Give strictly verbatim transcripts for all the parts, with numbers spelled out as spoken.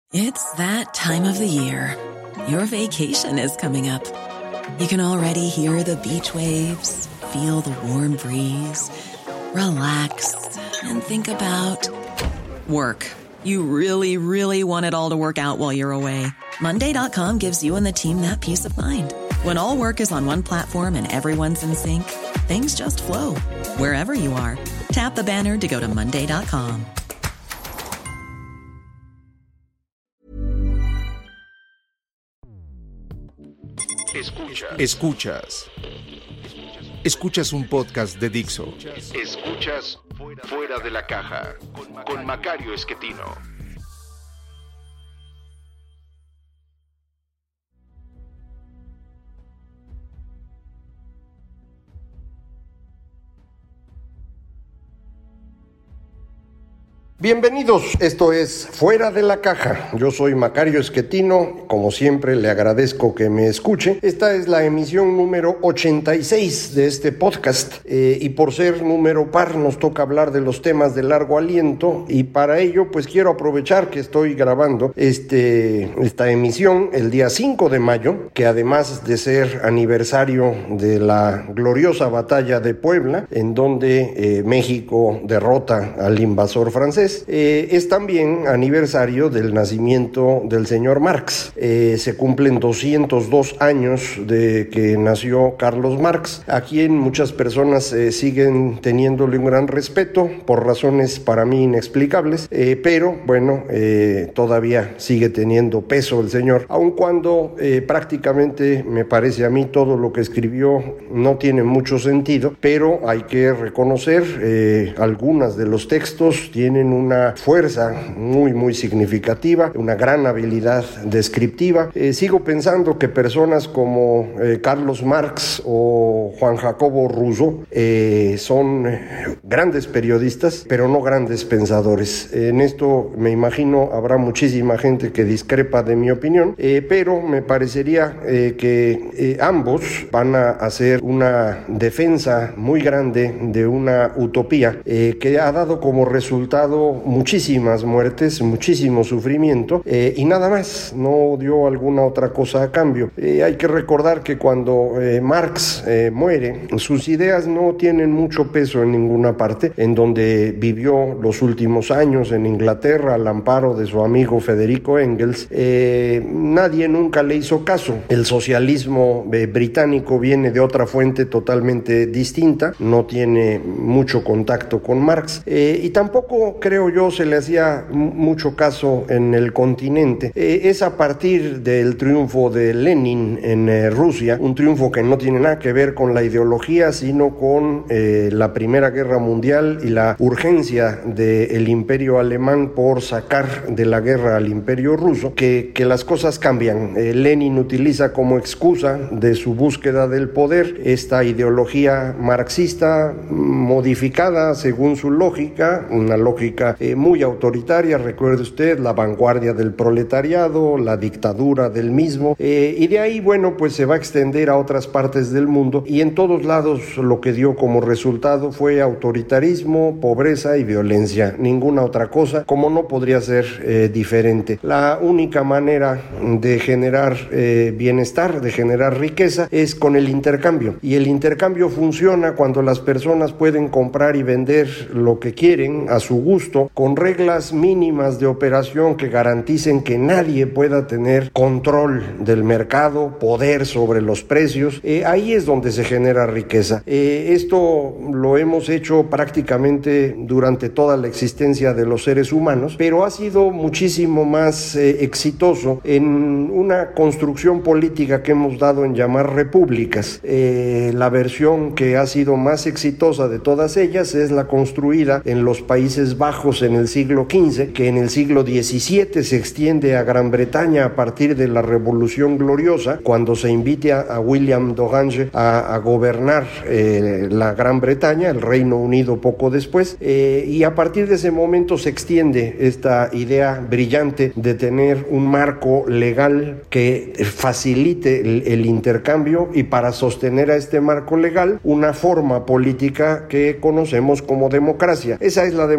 It's that time of the year. Your vacation is coming up. You can already hear the beach waves, feel the warm breeze, relax, and think about work. You really, really want it all to work out while you're away. Monday dot com gives you and the team that peace of mind. When all work is on one platform and everyone's in sync, things just flow. Wherever you are, tap the banner to go to Monday dot com. Escuchas. Escuchas. Escuchas un podcast de Dixo. Escuchas Fuera de la Caja con Macario Esquetino. Bienvenidos, esto es Fuera de la Caja. Yo soy Macario Esquetino, como siempre le agradezco que me escuche. Esta es la emisión número ochenta y seis de este podcast eh, y por ser número par nos toca hablar de los temas de largo aliento y para ello pues quiero aprovechar que estoy grabando este, esta emisión el día cinco de mayo, que además de ser aniversario de la gloriosa batalla de Puebla, en donde eh, México derrota al invasor francés, Eh, es también aniversario del nacimiento del señor Marx. Eh, se cumplen doscientos dos años de que nació Carlos Marx, a quien muchas personas eh, siguen teniéndole un gran respeto por razones para mí inexplicables, eh, pero bueno, eh, todavía sigue teniendo peso el señor, aun cuando eh, prácticamente me parece a mí todo lo que escribió no tiene mucho sentido, pero hay que reconocer eh, algunas de los textos tienen un una fuerza muy muy significativa, una gran habilidad descriptiva. Eh, sigo pensando que personas como eh, Carlos Marx o Juan Jacobo Rousseau eh, son grandes periodistas, pero no grandes pensadores. En esto me imagino habrá muchísima gente que discrepa de mi opinión, eh, pero me parecería eh, que eh, ambos van a hacer una defensa muy grande de una utopía eh, que ha dado como resultado muchísimas muertes, muchísimo sufrimiento eh, y nada más, no dio alguna otra cosa a cambio. Eh, hay que recordar que cuando eh, Marx eh, muere, sus ideas no tienen mucho peso en ninguna parte, en donde vivió los últimos años en Inglaterra al amparo de su amigo Federico Engels. Eh, nadie nunca le hizo caso. El socialismo eh, británico viene de otra fuente totalmente distinta, no tiene mucho contacto con Marx eh, y tampoco creo yo se le hacía mucho caso en el continente. Eh, es a partir del triunfo de Lenin en eh, Rusia, un triunfo que no tiene nada que ver con la ideología, sino con eh, la Primera Guerra Mundial y la urgencia del imperio alemán por sacar de la guerra al imperio ruso, que, que las cosas cambian. Eh, Lenin utiliza como excusa de su búsqueda del poder esta ideología marxista modificada según su lógica, una lógica Eh, muy autoritaria, recuerde usted, la vanguardia del proletariado, la dictadura del mismo, eh, y de ahí, bueno, pues se va a extender a otras partes del mundo y en todos lados lo que dio como resultado fue autoritarismo, pobreza y violencia, ninguna otra cosa, como no podría ser eh, diferente. La única manera de generar eh, bienestar, de generar riqueza, es con el intercambio, y el intercambio funciona cuando las personas pueden comprar y vender lo que quieren a su gusto, con reglas mínimas de operación que garanticen que nadie pueda tener control del mercado, poder sobre los precios. Eh, ahí es donde se genera riqueza. Eh, esto lo hemos hecho prácticamente durante toda la existencia de los seres humanos, pero ha sido muchísimo más eh, exitoso en una construcción política que hemos dado en llamar repúblicas. Eh, la versión que ha sido más exitosa de todas ellas es la construida en los Países Bajos en el siglo quince, que en el siglo diecisiete se extiende a Gran Bretaña a partir de la Revolución Gloriosa, cuando se invita a William d'Orange a, a gobernar eh, la Gran Bretaña, el Reino Unido poco después, eh, y a partir de ese momento se extiende esta idea brillante de tener un marco legal que facilite el, el intercambio, y para sostener a este marco legal una forma política que conocemos como democracia. Esa es la democracia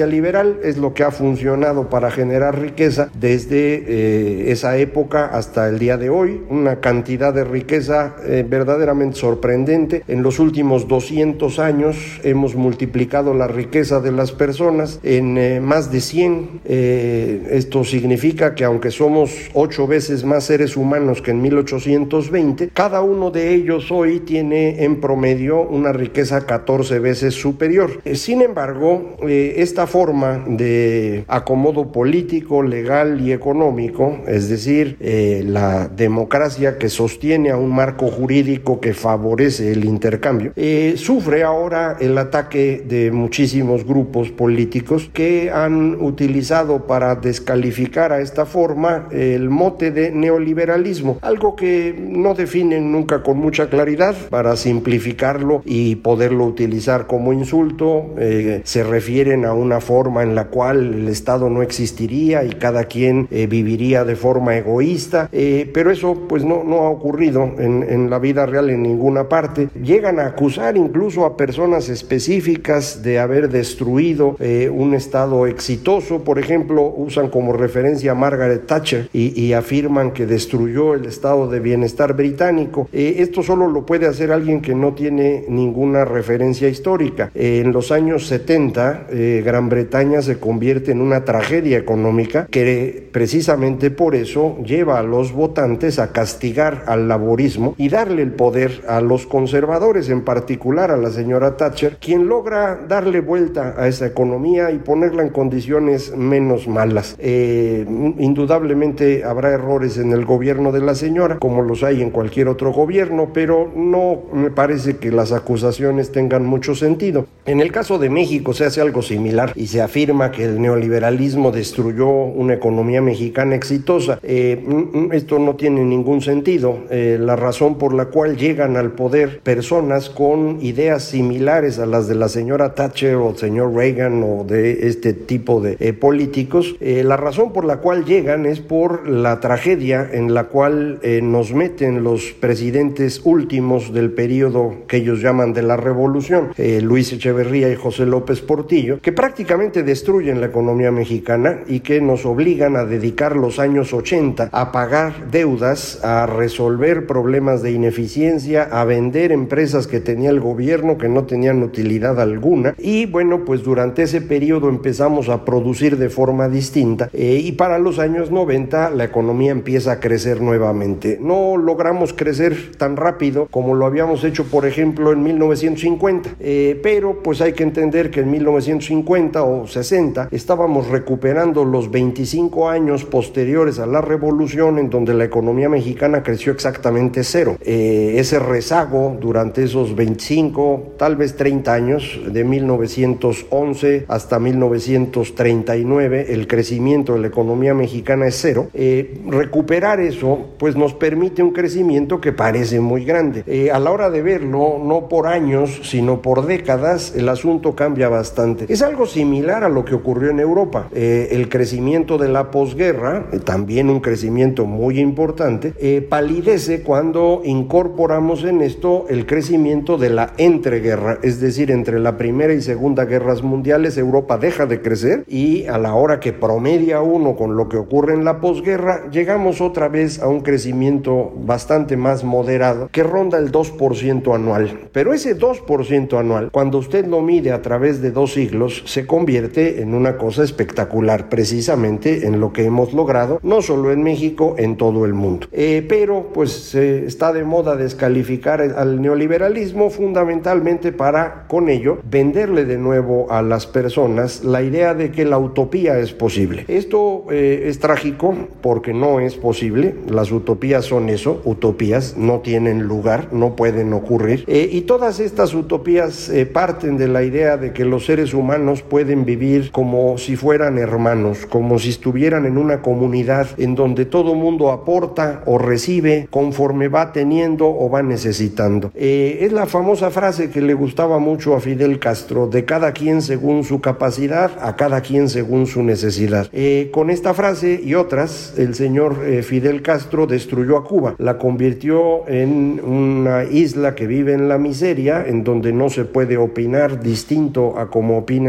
liberal es lo que ha funcionado para generar riqueza desde eh, esa época hasta el día de hoy, una cantidad de riqueza eh, verdaderamente sorprendente. En los últimos doscientos años hemos multiplicado la riqueza de las personas en eh, más de cien. Eh, esto significa que aunque somos ocho veces más seres humanos que en mil ochocientos veinte, cada uno de ellos hoy tiene en promedio una riqueza catorce veces superior. Eh, sin embargo, eh, esta forma de acomodo político, legal y económico, es decir, eh, la democracia que sostiene a un marco jurídico que favorece el intercambio, eh, sufre ahora el ataque de muchísimos grupos políticos que han utilizado para descalificar a esta forma el mote de neoliberalismo, algo que no definen nunca con mucha claridad. Para simplificarlo y poderlo utilizar como insulto, eh, se refieren a una forma en la cual el Estado no existiría y cada quien eh, viviría de forma egoísta, eh, pero eso pues no, no ha ocurrido en, en la vida real en ninguna parte. Llegan a acusar incluso a personas específicas de haber destruido eh, un Estado exitoso. Por ejemplo, usan como referencia a Margaret Thatcher y, y afirman que destruyó el estado de bienestar británico. Eh, esto solo lo puede hacer alguien que no tiene ninguna referencia histórica. Eh, en los años setenta, eh, Gran Bretaña se convierte en una tragedia económica que precisamente por eso lleva a los votantes a castigar al laborismo y darle el poder a los conservadores, en particular a la señora Thatcher, quien logra darle vuelta a esa economía y ponerla en condiciones menos malas. Eh, indudablemente habrá errores en el gobierno de la señora, como los hay en cualquier otro gobierno, pero no me parece que las acusaciones tengan mucho sentido. En el caso de México se hace algo similar y se afirma que el neoliberalismo destruyó una economía mexicana exitosa. Eh, esto no tiene ningún sentido. Eh, la razón por la cual llegan al poder personas con ideas similares a las de la señora Thatcher o el señor Reagan o de este tipo de eh, políticos, eh, la razón por la cual llegan es por la tragedia en la cual eh, nos meten los presidentes últimos del periodo que ellos llaman de la revolución, eh, Luis Echeverría y José López Portillo, que prácticamente destruyen la economía mexicana y que nos obligan a dedicar los años ochenta a pagar deudas, a resolver problemas de ineficiencia, a vender empresas que tenía el gobierno que no tenían utilidad alguna. Y bueno, pues durante ese periodo empezamos a producir de forma distinta eh, y para los años noventa la economía empieza a crecer nuevamente. No logramos crecer tan rápido como lo habíamos hecho, por ejemplo, en mil novecientos cincuenta, eh, pero pues hay que entender que en mil novecientos cincuenta o sesenta estábamos recuperando los veinticinco años posteriores a la revolución, en donde la economía mexicana creció exactamente cero. Eh, ese rezago durante esos veinticinco, tal vez treinta años, de mil novecientos once hasta mil novecientos treinta y nueve, el crecimiento de la economía mexicana es cero. Eh, recuperar eso pues nos permite un crecimiento que parece muy grande. Eh, a la hora de verlo, no por años, sino por décadas, el asunto cambia bastante. Es algo similar a lo que ocurrió en Europa. Eh, el crecimiento de la posguerra, eh, también un crecimiento muy importante, eh, palidece cuando incorporamos en esto el crecimiento de la entreguerra, es decir, entre la Primera y Segunda Guerras Mundiales, Europa deja de crecer y a la hora que promedia uno con lo que ocurre en la posguerra, llegamos otra vez a un crecimiento bastante más moderado que ronda el dos por ciento anual. Pero ese dos por ciento anual, cuando usted lo mide a través de dos siglos, se convierte en una cosa espectacular, precisamente en lo que hemos logrado, no solo en México, en todo el mundo. Eh, pero pues eh, está de moda descalificar al neoliberalismo fundamentalmente para, con ello, venderle de nuevo a las personas la idea de que la utopía es posible. Esto eh, es trágico porque no es posible. Las utopías son eso, utopías, no tienen lugar, no pueden ocurrir. Eh, y todas estas utopías eh, parten de la idea de que los seres humanos pueden vivir como si fueran hermanos, como si estuvieran en una comunidad en donde todo mundo aporta o recibe conforme va teniendo o va necesitando. Eh, es la famosa frase que le gustaba mucho a Fidel Castro, de cada quien según su capacidad, a cada quien según su necesidad. Eh, con esta frase y otras, el señor eh, Fidel Castro destruyó a Cuba, la convirtió en una isla que vive en la miseria, en donde no se puede opinar distinto a como opina el gobierno,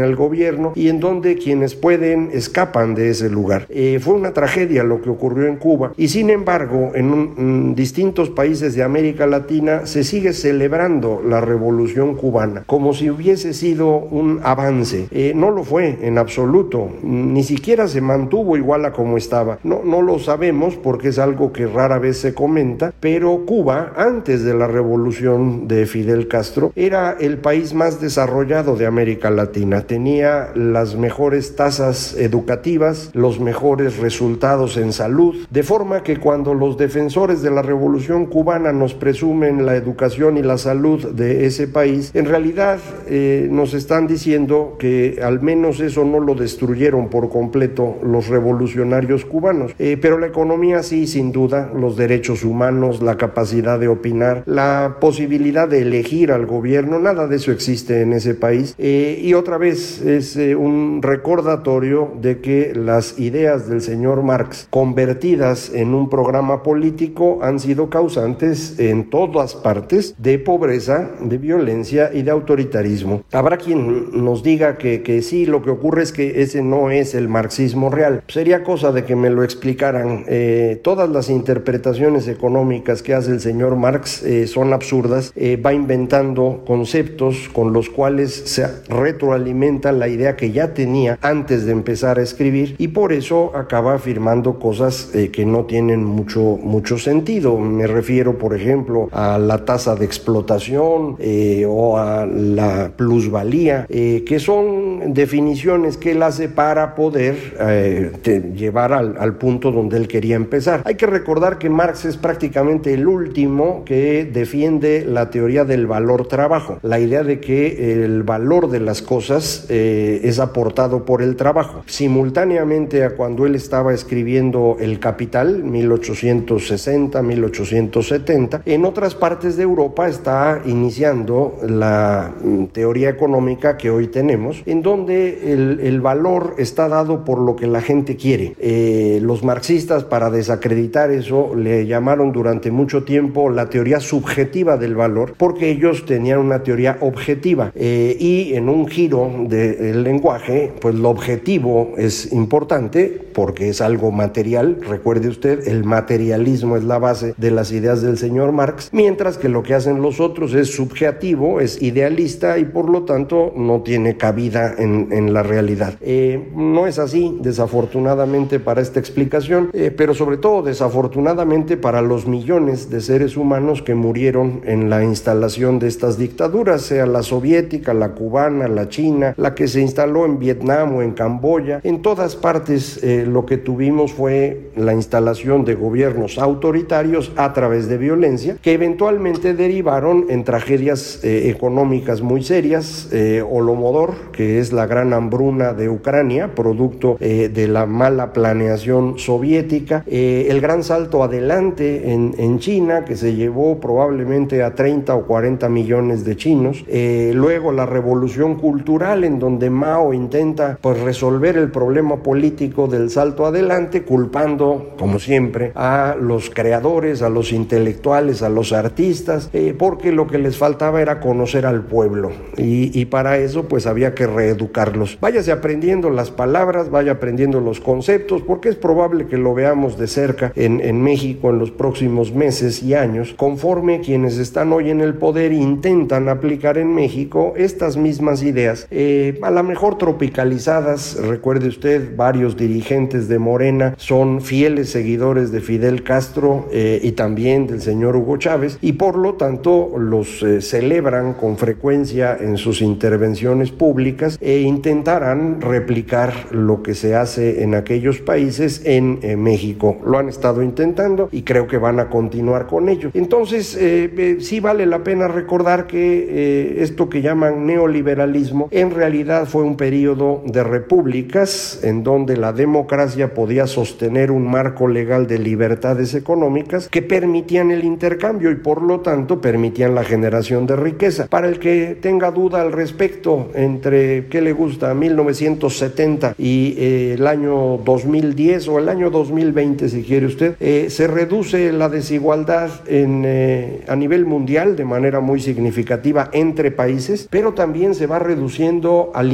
gobierno y en donde quienes pueden escapan de ese lugar. Eh, fue una tragedia lo que ocurrió en Cuba y sin embargo en, un, en distintos países de América Latina se sigue celebrando la revolución cubana como si hubiese sido un avance. Eh, no lo fue en absoluto, ni siquiera se mantuvo igual a como estaba. No, no lo sabemos porque es algo que rara vez se comenta, pero Cuba, antes de la revolución de Fidel Castro, era el país más desarrollado de América Latina. Tenía las mejores tasas educativas, los mejores resultados en salud, de forma que cuando los defensores de la revolución cubana nos presumen la educación y la salud de ese país, en realidad eh, nos están diciendo que al menos eso no lo destruyeron por completo los revolucionarios cubanos, eh, pero la economía sí, sin duda, los derechos humanos, la capacidad de opinar, la posibilidad de elegir al gobierno, nada de eso existe en ese país, eh, y otra vez es eh, un recordatorio de que las ideas del señor Marx convertidas en un programa político han sido causantes en todas partes de pobreza, de violencia y de autoritarismo. Habrá quien nos diga que, que sí, lo que ocurre es que ese no es el marxismo real. Sería cosa de que me lo explicaran. Eh, todas las interpretaciones económicas que hace el señor Marx eh, son absurdas. Eh, va inventando conceptos con los cuales se retroalimenta la idea que ya tenía antes de empezar a escribir y por eso acaba afirmando cosas eh, que no tienen mucho, mucho sentido. Me refiero, por ejemplo, a la tasa de explotación eh, o a la plusvalía, eh, que son definiciones que él hace para poder eh, te, llevar al, al punto donde él quería empezar. Hay que recordar que Marx es prácticamente el último que defiende la teoría del valor trabajo, la idea de que el valor de las cosas eh, es aportado por el trabajo. Simultáneamente a cuando él estaba escribiendo El Capital, mil ochocientos sesenta, mil ochocientos setenta, en otras partes de Europa está iniciando la teoría económica que hoy tenemos, en donde el, el valor está dado por lo que la gente quiere. Eh, los marxistas, para desacreditar eso, le llamaron durante mucho tiempo la teoría subjetiva del valor, porque ellos tenían una teoría objetiva eh, y en un giro del lenguaje, pues lo objetivo es importante porque es algo material. Recuerde usted, el materialismo es la base de las ideas del señor Marx, mientras que lo que hacen los otros es subjetivo, es idealista y por lo tanto no tiene cabida en, en la realidad. Eh, no es así, desafortunadamente, para esta explicación, eh, pero sobre todo desafortunadamente para los millones de seres humanos que murieron en la instalación de estas dictaduras, sea la soviética, la cubana, la china, la que se instaló en Vietnam o en Camboya. En todas partes eh, lo que tuvimos fue la instalación de gobiernos autoritarios a través de violencia, que eventualmente derivaron en tragedias eh, económicas muy serias. eh, Holodomor, que es la gran hambruna de Ucrania, producto eh, de la mala planeación soviética, eh, el gran salto adelante en, en China, que se llevó probablemente a treinta o cuarenta millones de chinos, eh, luego la revolución cultural, en donde Mao intenta pues resolver el problema político del salto adelante, culpando, como siempre, a los creadores, a los intelectuales, a los artistas, eh, porque lo que les faltaba era conocer al pueblo, y, y para eso pues había que reeducarlos. Váyase aprendiendo las palabras, vaya aprendiendo los conceptos, porque es probable que lo veamos de cerca en, en México en los próximos meses y años, conforme quienes están hoy en el poder intentan aplicar en México estas mismas ideas, eh, a lo mejor tropicalizadas. Recuerde usted, varios dirigentes de Morena son fieles seguidores de Fidel Castro eh, y también del señor Hugo Chávez, y por lo tanto los eh, celebran con frecuencia en sus intervenciones públicas e intentarán replicar lo que se hace en aquellos países en eh, México. Lo han estado intentando y creo que van a continuar con ello. Entonces eh, eh, sí vale la pena recordar que eh, esto que llaman neoliberalismo en realidad fue un periodo de repúblicas en donde la democracia podía sostener un marco legal de libertades económicas que permitían el intercambio y por lo tanto permitían la generación de riqueza. Para el que tenga duda al respecto, entre qué le gusta, mil novecientos setenta y eh, el año dos mil diez o el año dos mil veinte, si quiere usted, eh, se reduce la desigualdad en, eh, a nivel mundial de manera muy significativa entre países, pero también se va reduciendo al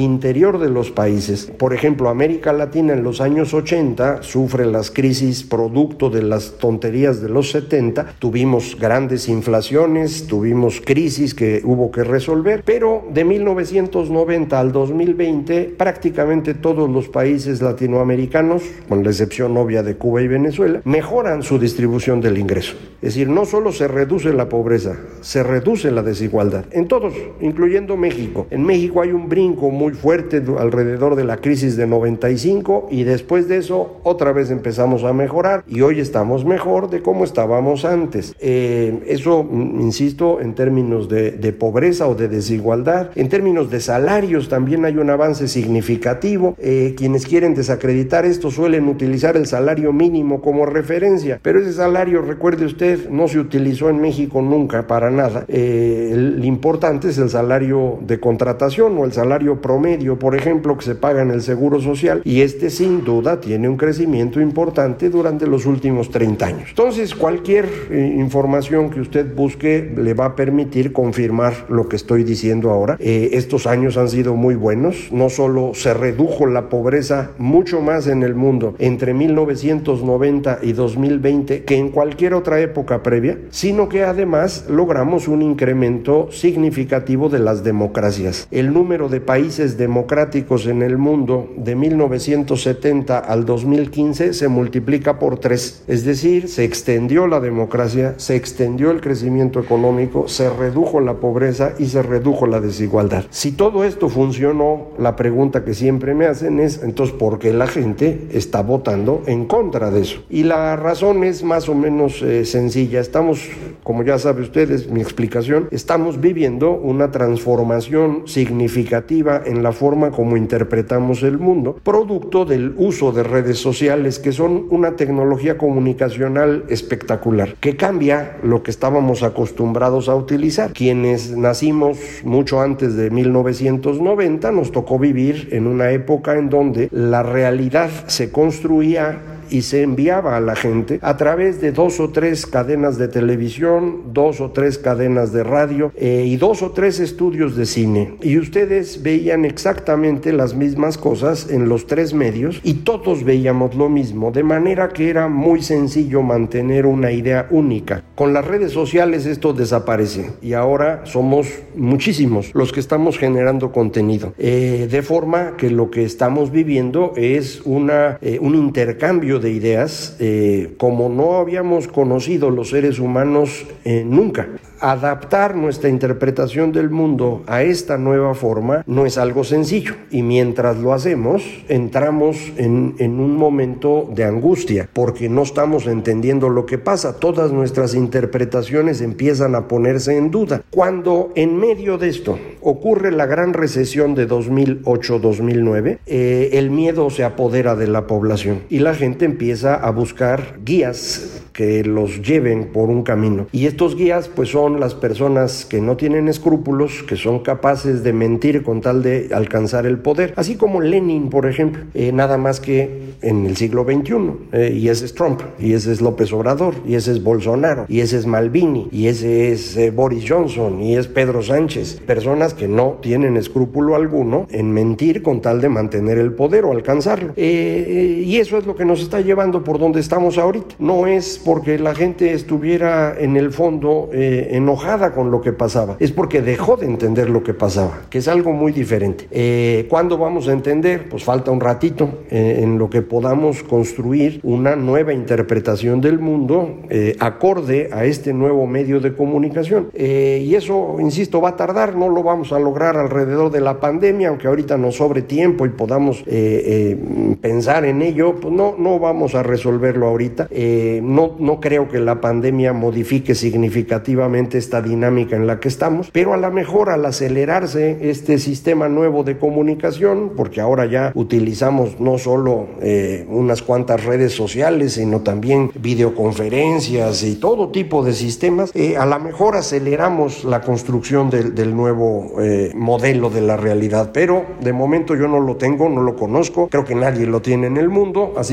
interior de los países. Por ejemplo, América Latina en los años ochenta sufre las crisis producto de las tonterías de los setenta, tuvimos grandes inflaciones, tuvimos crisis que hubo que resolver, pero de mil novecientos noventa al dos mil veinte prácticamente todos los países latinoamericanos, con la excepción obvia de Cuba y Venezuela, mejoran su distribución del ingreso. Es decir, no solo se reduce la pobreza, se reduce la desigualdad, en todos, incluyendo México. En México hay un brinco muy fuerte alrededor de la crisis de noventa y cinco y después de eso otra vez empezamos a mejorar y hoy estamos mejor de cómo estábamos antes. Eh, eso, insisto, en términos de, de pobreza o de desigualdad. En términos de salarios también hay un avance significativo. Eh, quienes quieren desacreditar esto suelen utilizar el salario mínimo como referencia, pero ese salario, recuerde usted, no se utilizó en México nunca para nada. Eh, el, lo importante es el salario de contratación o el salario promedio, por ejemplo, que se paga en el Seguro Social, y este sin duda tiene un crecimiento importante durante los últimos treinta años. Entonces, cualquier eh, información que usted busque le va a permitir confirmar lo que estoy diciendo ahora. Eh, estos años han sido muy buenos. No solo se redujo la pobreza mucho más en el mundo entre mil novecientos noventa y dos mil veinte que en cualquier otra época previa, sino que además logramos un incremento significativo de las democracias. El número de países democráticos en el mundo de mil novecientos setenta al dos mil quince se multiplica por tres. Es decir, se extendió la democracia, se extendió el crecimiento económico, se redujo la pobreza y se redujo la desigualdad. Si todo esto funcionó, la pregunta que siempre me hacen es, entonces, ¿por qué la gente está votando en contra de eso? Y la razón es más o menos eh, sencilla. Estamos, como ya sabe ustedes, mi explicación, estamos viviendo una transformación significativa en la forma como interpretamos el mundo, producto del uso de redes sociales, que son una tecnología comunicacional espectacular, que cambia lo que estábamos acostumbrados a utilizar. Quienes nacimos mucho antes de mil novecientos noventa, nos tocó vivir en una época en donde la realidad se construía y se enviaba a la gente a través de dos o tres cadenas de televisión, dos o tres cadenas de radio eh, y dos o tres estudios de cine. Y ustedes veían exactamente las mismas cosas en los tres medios y todos veíamos lo mismo, de manera que era muy sencillo mantener una idea única. Con las redes sociales esto desaparece y ahora somos muchísimos los que estamos generando contenido, eh, de forma que lo que estamos viviendo es una, eh, un intercambio de ideas eh, como no habíamos conocido los seres humanos eh, nunca. Adaptar nuestra interpretación del mundo a esta nueva forma no es algo sencillo, y mientras lo hacemos entramos en, en un momento de angustia porque no estamos entendiendo lo que pasa. Todas nuestras interpretaciones empiezan a ponerse en duda. Cuando en medio de esto ocurre la gran recesión de dos mil ocho dos mil nueve, eh, el miedo se apodera de la población y la gente empieza a buscar guías que los lleven por un camino, y estos guías pues son las personas que no tienen escrúpulos, que son capaces de mentir con tal de alcanzar el poder, así como Lenin, por ejemplo, eh, nada más que en el siglo veintiuno, eh, y ese es Trump, y ese es López Obrador, y ese es Bolsonaro, y ese es Malvini, y ese es eh, Boris Johnson, y es Pedro Sánchez, personas que no tienen escrúpulo alguno en mentir con tal de mantener el poder o alcanzarlo, eh, eh, y eso es lo que nos está llevando por donde estamos ahorita. No es porque la gente estuviera en el fondo eh, enojada con lo que pasaba, es porque dejó de entender lo que pasaba, que es algo muy diferente. Eh, ¿Cuándo vamos a entender? Pues falta un ratito eh, en lo que podamos construir una nueva interpretación del mundo eh, acorde a este nuevo medio de comunicación. Eh, y eso, insisto, va a tardar, no lo vamos a lograr alrededor de la pandemia, aunque ahorita nos sobre tiempo y podamos eh, eh, pensar en ello, pues no, no vamos a resolverlo ahorita. Eh, no, no creo que la pandemia modifique significativamente esta dinámica en la que estamos, pero a lo mejor al acelerarse este sistema nuevo de comunicación, porque ahora ya utilizamos no solo eh, unas cuantas redes sociales, sino también videoconferencias y todo tipo de sistemas, eh, a lo mejor aceleramos la construcción del, del nuevo eh, modelo de la realidad, pero de momento yo no lo tengo, no lo conozco, creo que nadie lo tiene en el mundo, así que hay que seguir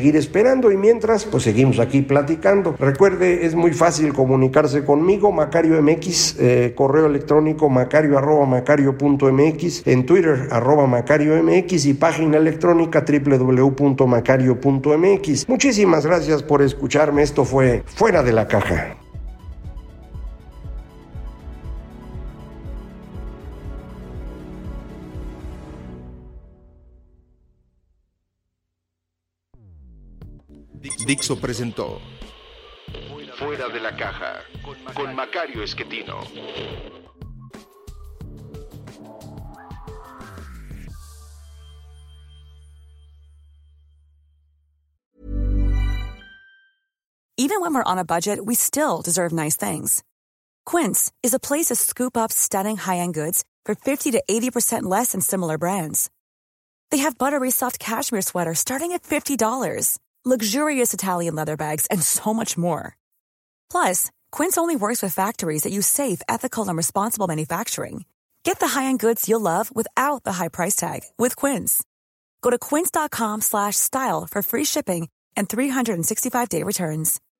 seguir esperando y mientras, pues seguimos aquí platicando. Recuerde, es muy fácil comunicarse conmigo, Macario M X, eh, correo electrónico macario arroba macario punto m x, en Twitter arroba macario m x y página electrónica doble u doble u doble u punto macario punto m x. Muchísimas gracias por escucharme. Esto fue Fuera de la Caja. Dixo presentó Fuera de la Caja con Macario Esquetino. Even when we're on a budget, we still deserve nice things. Quince is a place to scoop up stunning high-end goods for fifty to eighty percent less than similar brands. They have buttery soft cashmere sweaters starting at fifty dollars, luxurious Italian leather bags, and so much more. Plus, Quince only works with factories that use safe, ethical, and responsible manufacturing. Get the high-end goods you'll love without the high price tag with Quince. Go to quince dot com slash style for free shipping and three sixty-five day returns.